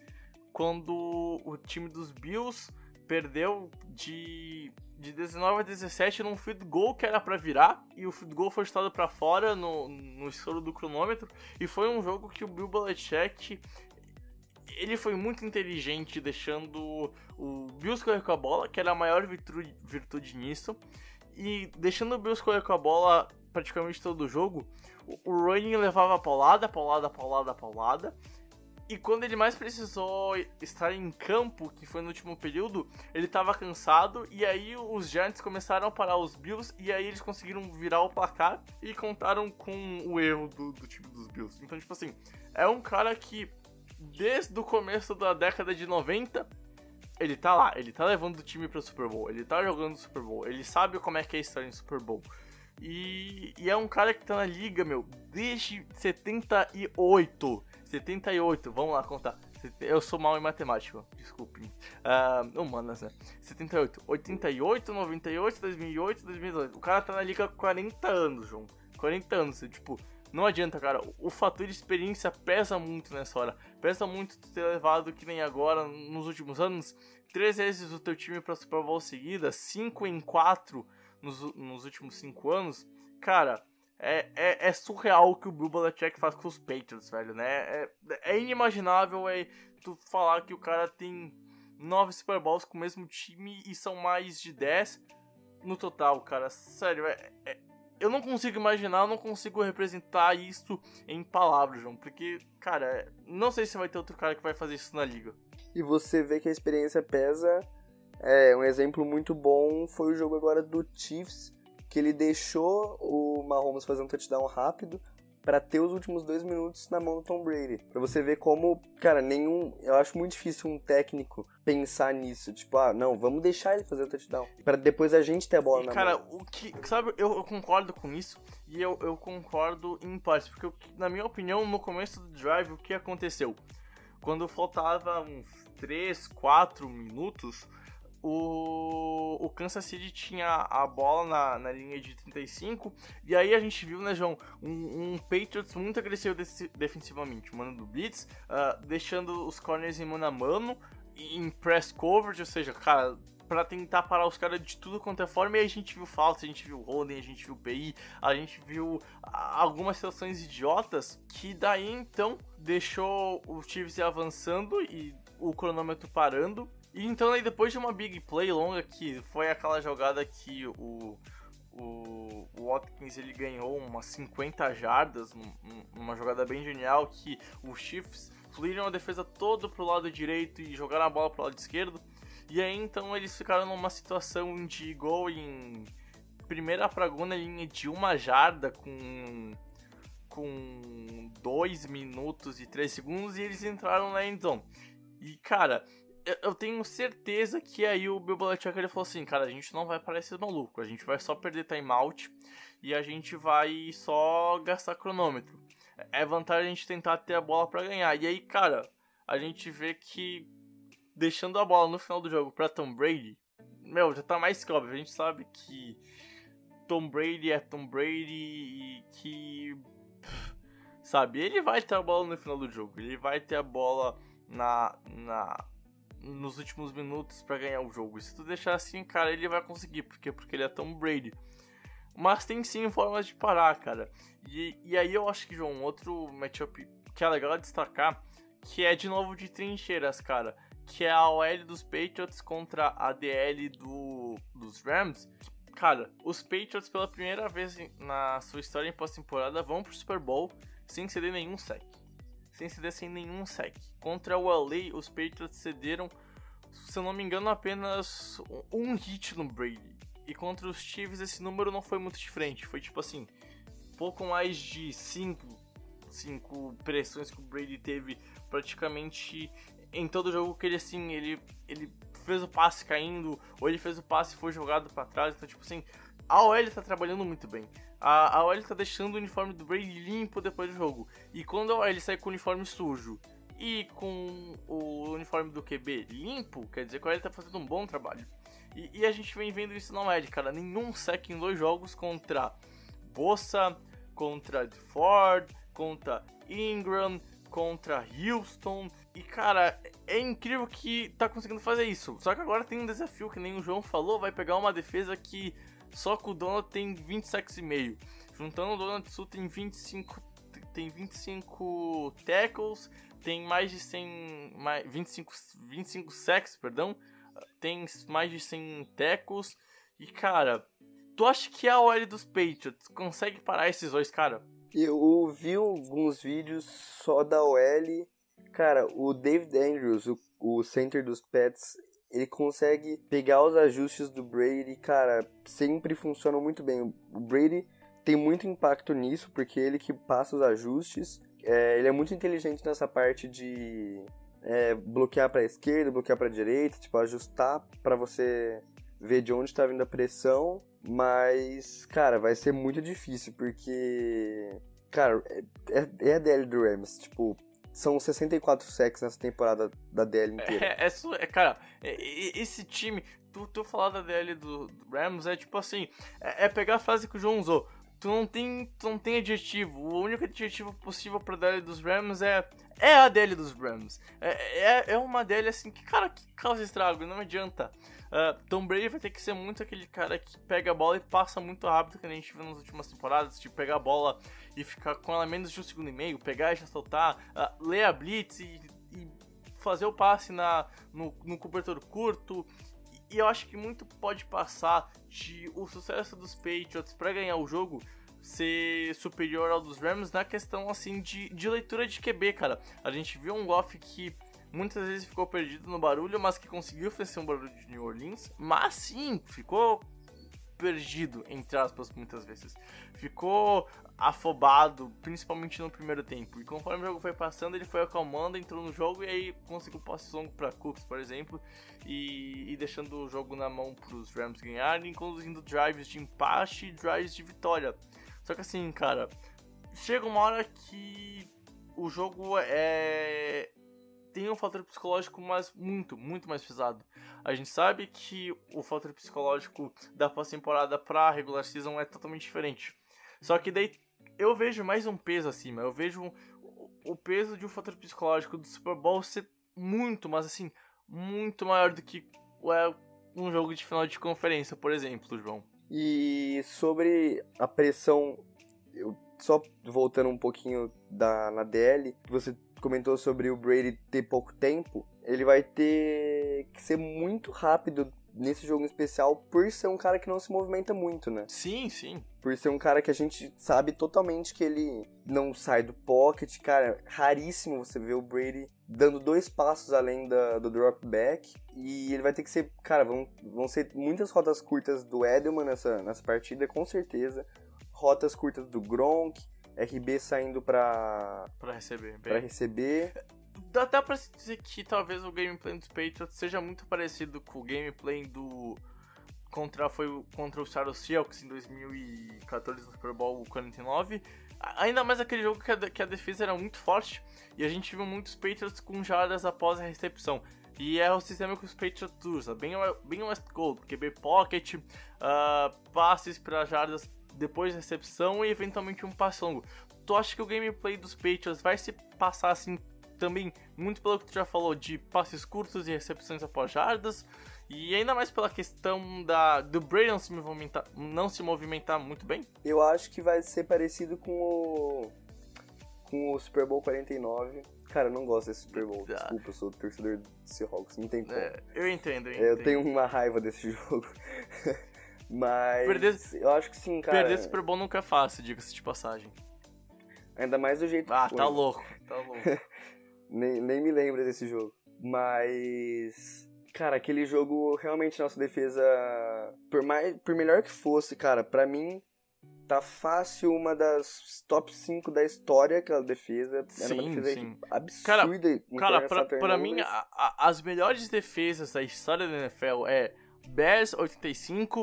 quando o time dos Bills perdeu de, de dezenove a dezessete num field goal que era pra virar, e o field goal foi chutado pra fora no, no estouro do cronômetro, e foi um jogo que o Bill Belichick... ele foi muito inteligente, deixando o Bills correr com a bola, que era a maior virtude, virtude nisso, e deixando o Bills correr com a bola praticamente todo o jogo, o, o running levava paulada, paulada, paulada, paulada, e quando ele mais precisou estar em campo, que foi no último período, ele estava cansado, e aí os Giants começaram a parar os Bills, e aí eles conseguiram virar o placar, e contaram com o erro do, do time dos Bills. Então, tipo assim, é um cara que, desde o começo da década de noventa, ele tá lá, ele tá levando o time pro Super Bowl, ele tá jogando o Super Bowl, ele sabe como é que é estar em Super Bowl. E, e é um cara que tá na liga, meu, desde setenta e oito. setenta e oito, vamos lá contar. Eu sou mal em matemática, desculpe. Uh, humanas, né? setenta e oito, oitenta e oito, noventa e oito, dois mil e oito, dois mil e dois. O cara tá na liga há quarenta anos, João. quarenta anos, tipo, não adianta, cara. O fator de experiência pesa muito nessa hora. Pesa muito tu ter levado, que nem agora, nos últimos anos, três vezes o teu time pra Super Bowl seguida, cinco em quatro nos, nos últimos cinco anos. Cara, é, é, é surreal o que o Bill Belichick faz com os Patriots, velho, né? É, é inimaginável é, tu falar que o cara tem nove Super Bowls com o mesmo time e são mais de dez no total, cara. Sério, é... é eu não consigo imaginar, eu não consigo representar isso em palavras, João. Porque, cara, não sei se vai ter outro cara que vai fazer isso na liga. E você vê que a experiência pesa. É, um exemplo muito bom foi o jogo agora do Chiefs, que ele deixou o Mahomes fazer um touchdown rápido pra ter os últimos dois minutos na mão do Tom Brady. Pra você ver como, cara, nenhum... Eu acho muito difícil um técnico pensar nisso. Tipo, ah, não, vamos deixar ele fazer o touchdown. Pra depois a gente ter a bola e, na cara, mão. Cara, o que... Sabe, eu, eu concordo com isso. E eu, eu concordo em parte. Porque, eu, na minha opinião, no começo do drive, o que aconteceu? Quando faltava uns três, quatro minutos... O, o Kansas City tinha a bola na, na linha de trinta e cinco, e aí a gente viu, né, João, um, um Patriots muito agressivo de, defensivamente, mano do blitz, uh, deixando os corners em mano a mano, em press coverage, ou seja, cara, pra tentar parar os caras de tudo quanto é forma, e aí a gente viu faltas, a gente viu holding, a gente viu P I, a gente viu algumas situações idiotas, que daí então deixou o Chiefs ir avançando e o cronômetro parando. E então aí depois de uma big play longa, que foi aquela jogada que o, o, o Watkins ele ganhou umas cinquenta jardas, numa jogada bem genial, que os Chiefs fluíram a defesa todo pro lado direito e jogaram a bola pro lado esquerdo. E aí então eles ficaram numa situação de gol em primeira pra gol na linha de uma jarda com, com dois minutos e três segundos, e eles entraram na endzone. E cara... eu tenho certeza que aí o Bill Belichick ele falou assim, cara, a gente não vai parar esses malucos, a gente vai só perder timeout e a gente vai só gastar cronômetro. É vantagem a gente tentar ter a bola pra ganhar. E aí, cara, a gente vê que deixando a bola no final do jogo pra Tom Brady, meu, já tá mais que óbvio. A gente sabe que Tom Brady é Tom Brady e que, sabe, ele vai ter a bola no final do jogo, ele vai ter a bola na... na nos últimos minutos pra ganhar o jogo. E se tu deixar assim, cara, ele vai conseguir. Por quê? Porque ele é Tom Brady. Mas tem sim formas de parar, cara. E, e aí eu acho que, João, outro matchup que é legal destacar, que é de novo de trincheiras, cara. Que é a O L dos Patriots contra a D L do, dos Rams. Cara, os Patriots pela primeira vez na sua história em pós-temporada vão pro Super Bowl sem ceder nenhum sack. Sem ceder sem nenhum sack. Contra o L A, os Patriots cederam, se eu não me engano, apenas um hit no Brady. E contra os Chiefs esse número não foi muito diferente. Foi tipo assim, pouco mais de cinco pressões que o Brady teve praticamente em todo jogo, que ele assim, ele, ele fez o passe caindo, ou ele fez o passe e foi jogado pra trás. Então tipo assim, a O L tá trabalhando muito bem. A, a O L tá deixando o uniforme do Brady limpo depois do jogo. E quando a O L sai com o uniforme sujo e com o uniforme do Q B limpo, quer dizer que a O L tá fazendo um bom trabalho. E, e a gente vem vendo isso na O L, cara. Nenhum sack em dois jogos contra Bosa, contra Ford, contra Ingram, contra Houston. E, cara, é incrível que tá conseguindo fazer isso. Só que agora tem um desafio, que nem o João falou, vai pegar uma defesa que só que o Donald tem vinte sacks e meio. Juntando o Donald Sul tem vinte e cinco, tem vinte e cinco tackles, tem mais de cem, mais, vinte e cinco, vinte e cinco sacks, perdão, tem mais de cem tackles, e cara, tu acha que a O L dos Patriots consegue parar esses dois, cara? Eu vi alguns vídeos só da O L, cara, o David Andrews, o, o center dos Pats, ele consegue pegar os ajustes do Brady, cara, sempre funcionam muito bem. O Brady tem muito impacto nisso, porque ele que passa os ajustes. É, ele é muito inteligente nessa parte de é, bloquear pra esquerda, bloquear pra direita, tipo, ajustar pra você ver de onde tá vindo a pressão. Mas, cara, vai ser muito difícil, porque, cara, é, é a D L do Rams, tipo, são sessenta e quatro sacks nessa temporada da D L inteira. É, é, é cara, é, esse time, tu, tu falar da D L do, do Rams é tipo assim, é, é pegar a frase que o João usou. Tu não tem, tu não tem adjetivo. O único adjetivo possível pra D L dos Rams é é a D L dos Rams. É, é, é uma D L assim que, cara, que causa estrago, não adianta. Uh, Tom Brady vai ter que ser muito aquele cara que pega a bola e passa muito rápido, que a gente viu nas últimas temporadas, tipo, pegar a bola e ficar com ela menos de um segundo e meio, pegar e já soltar, uh, ler a blitz e, e fazer o passe na, no, no cobertor curto. E eu acho que muito pode passar de o sucesso dos Patriots para ganhar o jogo ser superior ao dos Rams na questão assim de, de leitura de Q B, cara. A gente viu um Goff que muitas vezes ficou perdido no barulho, mas que conseguiu oferecer um barulho de New Orleans, mas sim, ficou perdido, entre aspas, muitas vezes. Ficou afobado, principalmente no primeiro tempo. E conforme o jogo foi passando, ele foi acalmando, entrou no jogo e aí conseguiu passe longo para Cooks, por exemplo, e, e deixando o jogo na mão para os Rams ganharem, conduzindo drives de empate e drives de vitória. Só que assim, cara, chega uma hora que o jogo é... tem um fator psicológico mas muito, muito mais pesado. A gente sabe que o fator psicológico da pós-temporada pra regular season é totalmente diferente. Só que daí eu vejo mais um peso acima. Eu vejo o peso de um fator psicológico do Super Bowl ser muito, mas assim, muito maior do que um jogo de final de conferência, por exemplo, João. E sobre a pressão, eu só voltando um pouquinho da, na D L, você comentou sobre o Brady ter pouco tempo, ele vai ter que ser muito rápido nesse jogo em especial por ser um cara que não se movimenta muito, né? Sim, sim. Por ser um cara que a gente sabe totalmente que ele não sai do pocket, cara, raríssimo você ver o Brady dando dois passos além da, do drop back, e ele vai ter que ser, cara, vão, vão ser muitas rotas curtas do Edelman nessa, nessa partida, com certeza, rotas curtas do Gronk, R B saindo pra, pra receber. Pra receber. Dá até pra se dizer que talvez o gameplay dos Patriots seja muito parecido com o gameplay do... Contra, foi contra o Seattle Seahawks em dois mil e quatorze no Super Bowl quarenta e nove. Ainda mais aquele jogo que a, que a defesa era muito forte e a gente viu muitos Patriots com jardas após a recepção. E é o sistema que os Patriots usam, bem, bem West Coast, Q B Pocket, uh, passes para jardas depois da recepção e eventualmente um passe longo. Tu acha que o gameplay dos Patriots vai se passar assim também, muito pelo que tu já falou, de passes curtos e recepções após jardas? E ainda mais pela questão da, do Brady não se, movimentar, não se movimentar muito bem? Eu acho que vai ser parecido com o, com o Super Bowl quarenta e nove. Cara, eu não gosto desse Super Bowl. Desculpa, eu sou torcedor do Seahawks, não tem como. É, eu entendo, eu entendo. Eu tenho uma raiva desse jogo. Mas perder, eu acho que sim, cara. Perder Super Bowl nunca é fácil, diga-se de passagem. Ainda mais do jeito ah, que foi. Ah, tá louco, tá louco. nem, nem me lembro desse jogo. Mas... Cara, aquele jogo, realmente, nossa defesa, por, mais, por melhor que fosse, cara, pra mim, tá fácil uma das top cinco da história, aquela defesa. Era sim, uma defesa sim. absurda. Cara, cara pra, pra mim, a, a, as melhores defesas da história da N F L é Bears oitenta e cinco,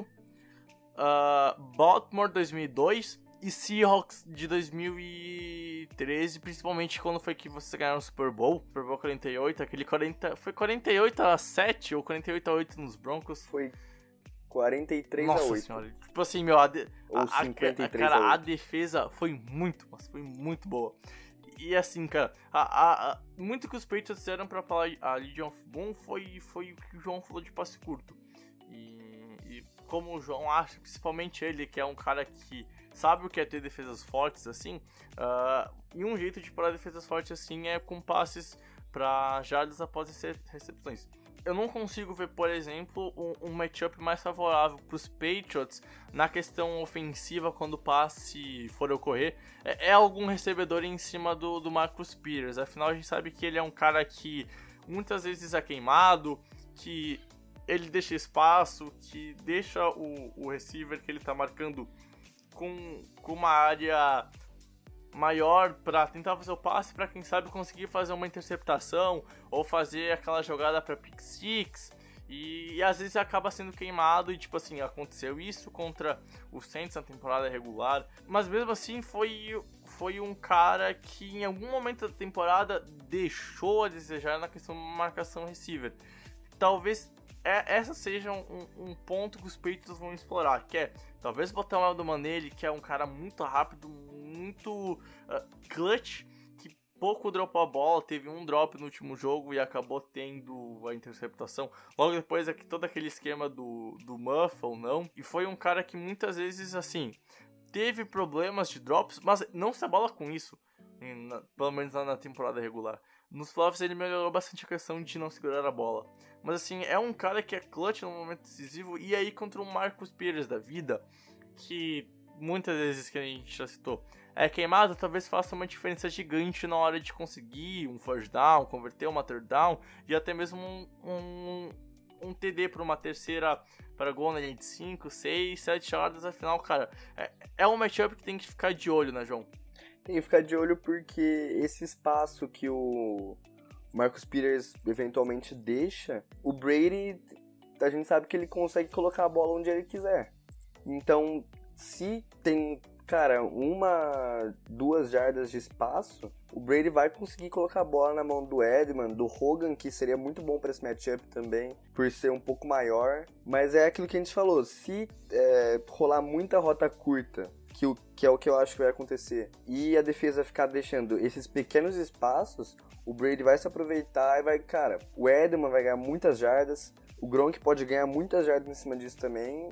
uh, Baltimore dois mil e dois e Seahawks de dois mil e treze, principalmente quando foi que vocês ganharam o Super Bowl, Super Bowl quarenta e oito, aquele quarenta, foi quarenta e oito a sete ou quarenta e oito a oito nos Broncos? Foi quarenta e três Nossa a oito. Senhora, tipo assim, meu, a, de, ou a, cinquenta e três a, cara, a oito. A defesa foi muito, mas foi muito boa. E assim, cara, a, a, a, muito que os Patriots fizeram pra falar a Legion of Boom foi, foi o que o João falou de passe curto. E, e como o João acha, principalmente ele, que é um cara que sabe o que é ter defesas fortes assim, uh, e um jeito de parar defesas fortes assim é com passes para jardas após recepções. Eu não consigo ver, por exemplo, um, um matchup mais favorável para os Patriots na questão ofensiva quando o passe for ocorrer. É, é algum recebedor em cima do, do Marcus Peters. Afinal, a gente sabe que ele é um cara que muitas vezes é queimado, que ele deixa espaço, que deixa o, o receiver que ele está marcando com, com uma área maior para tentar fazer o passe, para quem sabe conseguir fazer uma interceptação ou fazer aquela jogada para pick six, e, e às vezes acaba sendo queimado. E tipo assim, aconteceu isso contra o Saints na temporada regular, mas mesmo assim foi, foi um cara que em algum momento da temporada deixou a desejar na questão da marcação receiver. Talvez é, essa seja um, um ponto que os Patriots vão explorar, que é talvez botar o Edelman nele, que é um cara muito rápido, muito uh, clutch, que pouco dropou a bola, teve um drop no último jogo e acabou tendo a interceptação. Logo depois aqui todo aquele esquema do, do Muff ou não, e foi um cara que muitas vezes assim teve problemas de drops, mas não se abala com isso, na, pelo menos na temporada regular. Nos playoffs ele melhorou bastante a questão de não segurar a bola. Mas assim, é um cara que é clutch no momento decisivo. E aí contra o Marcus Peters da vida, que muitas vezes que a gente já citou, é queimado, talvez faça uma diferença gigante na hora de conseguir um first down, converter uma third down, e até mesmo um, um, um T D para uma terceira para gol na linha de cinco, seis, sete yardas. Afinal, cara, é, é um matchup que tem que ficar de olho, né, João? Tem que ficar de olho porque esse espaço que o Marcus Peters eventualmente deixa, o Brady, a gente sabe que ele consegue colocar a bola onde ele quiser. Então, se tem, cara, uma, duas jardas de espaço, o Brady vai conseguir colocar a bola na mão do Edelman, do Hogan, que seria muito bom para esse matchup também, por ser um pouco maior. Mas é aquilo que a gente falou, se é, rolar muita rota curta, Que, o, que é o que eu acho que vai acontecer, e a defesa ficar deixando esses pequenos espaços, o Brady vai se aproveitar e vai, cara, o Edelman vai ganhar muitas jardas, o Gronk pode ganhar muitas jardas em cima disso também,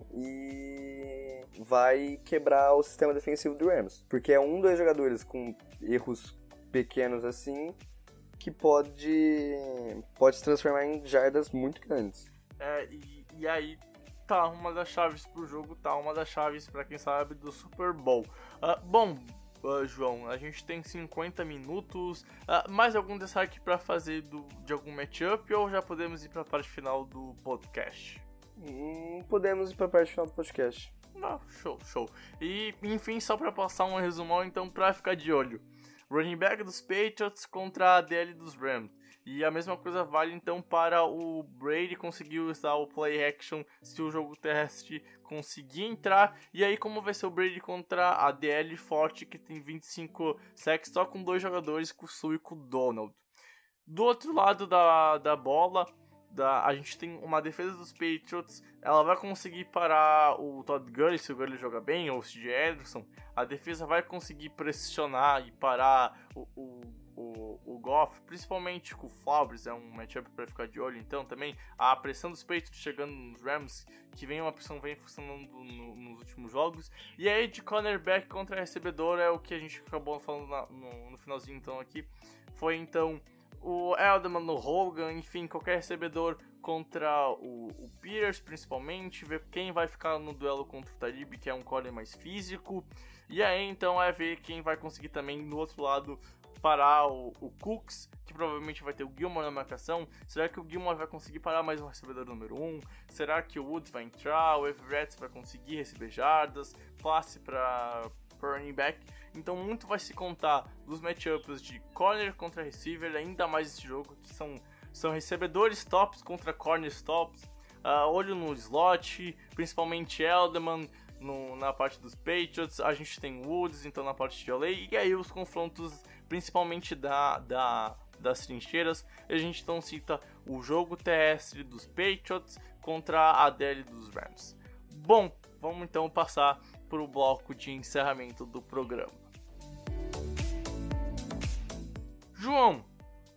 e vai quebrar o sistema defensivo do Rams, porque é um, dois jogadores com erros pequenos assim, que pode, pode se transformar em jardas muito grandes. É, e, e aí tá uma das chaves pro jogo, tá uma das chaves pra quem sabe do Super Bowl. Uh, bom, uh, João, a gente tem cinquenta minutos, uh, mais algum destaque pra fazer do, de algum matchup, ou já podemos ir pra parte final do podcast? Hum, podemos ir pra parte final do podcast. Ah, show, show. E, enfim, só pra passar um resumão, então, pra ficar de olho. Running back dos Patriots contra a D L dos Rams. E a mesma coisa vale então para o Brady conseguir usar o play action se o jogo terrestre conseguir entrar. E aí como vai ser o Brady contra a D L forte que tem vinte e cinco sacks só com dois jogadores, com o Sul e com o Donald. Do outro lado da, da bola, da, a gente tem uma defesa dos Patriots. Ela vai conseguir parar o Todd Gurley se o Gurley jogar bem, ou o C J Anderson. A defesa vai conseguir pressionar e parar o, o O, o Goff, principalmente com o Flowers, é um matchup para ficar de olho. Então também a pressão dos Patriots chegando nos Rams, que vem uma pressão vem funcionando no, nos últimos jogos. E aí de cornerback contra recebedor é o que a gente acabou falando na, no, no finalzinho então aqui. Foi então o Edelman, o Hogan, enfim, qualquer recebedor contra o, o Peters principalmente, ver quem vai ficar no duelo contra o Talib, que é um corner mais físico. E aí então é ver quem vai conseguir também no outro lado parar o, o Cooks, que provavelmente vai ter o Gilmore na marcação. Será que o Gilmore vai conseguir parar mais um recebedor número um? Será que o Woods vai entrar? O Everett vai conseguir receber jardas? Passe para running back? Então muito vai se contar dos matchups de corner contra receiver, ainda mais esse jogo, que são, são recebedores tops contra corners tops. Uh, olho no slot, principalmente Edelman. No, na parte dos Patriots, a gente tem Woods, então na parte de L A, e aí os confrontos principalmente da, da, das trincheiras, a gente então cita o jogo terrestre dos Patriots contra a D L dos Rams. Bom, vamos então passar para o bloco de encerramento do programa. João,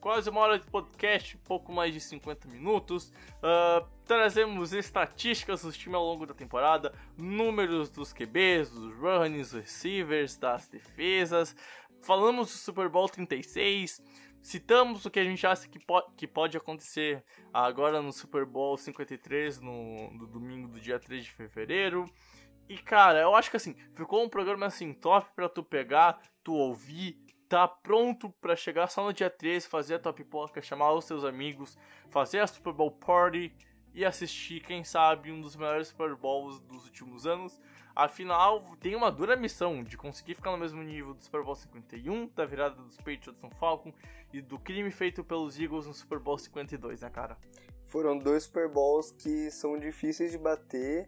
quase uma hora de podcast, pouco mais de cinquenta minutos. Uh, trazemos estatísticas dos times ao longo da temporada, números dos Q Bs, dos runnings, dos receivers, das defesas. Falamos do Super Bowl trinta e seis, citamos o que a gente acha que, po- que pode acontecer agora no Super Bowl cinquenta e três, no, no domingo do dia três de fevereiro. E cara, eu acho que assim, ficou um programa assim top pra tu pegar, tu ouvir, tá pronto pra chegar só no dia três, fazer a tua pipoca, chamar os seus amigos, fazer a Super Bowl Party e assistir, quem sabe, um dos melhores Super Bowls dos últimos anos. Afinal, tem uma dura missão de conseguir ficar no mesmo nível do Super Bowl cinquenta e um, da virada dos Patriots no Falcon e do crime feito pelos Eagles no Super Bowl cinquenta e dois, né, cara? Foram dois Super Bowls que são difíceis de bater,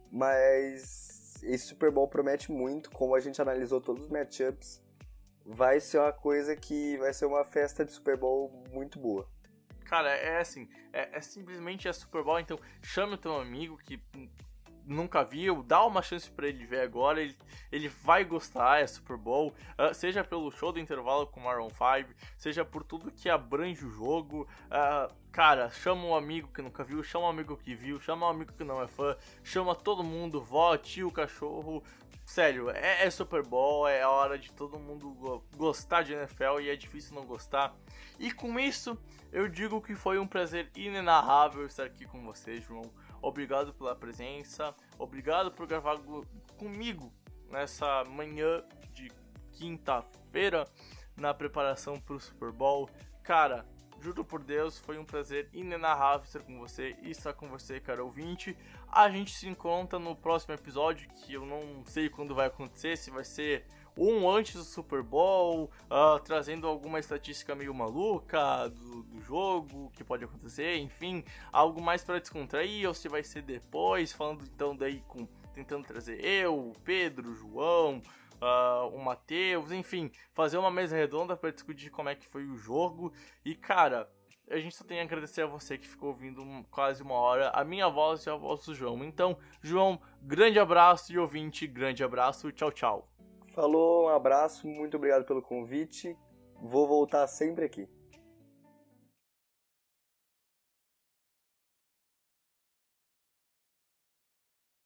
mas esse Super Bowl promete muito, como a gente analisou todos os matchups. Vai ser uma coisa que vai ser uma festa de Super Bowl muito boa. Cara, é assim, é, é simplesmente a Super Bowl, então chame o teu amigo que nunca viu, dá uma chance pra ele ver agora, ele, ele vai gostar, é Super Bowl, uh, seja pelo show do intervalo com o Maroon cinco, seja por tudo que abrange o jogo. Uh, cara, chama um amigo que nunca viu, chama um amigo que viu, chama um amigo que não é fã, chama todo mundo, vó, tio, cachorro. Sério, é, é Super Bowl, é a hora de todo mundo go- gostar de N F L e é difícil não gostar. E com isso, eu digo que foi um prazer inenarrável estar aqui com você, João. Obrigado pela presença, obrigado por gravar go- comigo nessa manhã de quinta-feira na preparação para o Super Bowl. Cara, juro por Deus, foi um prazer inenarrável estar com você e estar com você, cara ouvinte. A gente se encontra no próximo episódio, que eu não sei quando vai acontecer, se vai ser um antes do Super Bowl, uh, trazendo alguma estatística meio maluca do, do jogo, que pode acontecer, enfim, algo mais para descontrair, ou se vai ser depois, falando então daí com, tentando trazer eu, o Pedro, o João, Uh, o Matheus, enfim, fazer uma mesa redonda para discutir como é que foi o jogo. E cara, a gente só tem a agradecer a você que ficou ouvindo um, quase uma hora a minha voz e a voz do João. Então, João, grande abraço, e ouvinte, grande abraço, tchau, tchau. Falou, um abraço, muito obrigado pelo convite, vou voltar sempre aqui.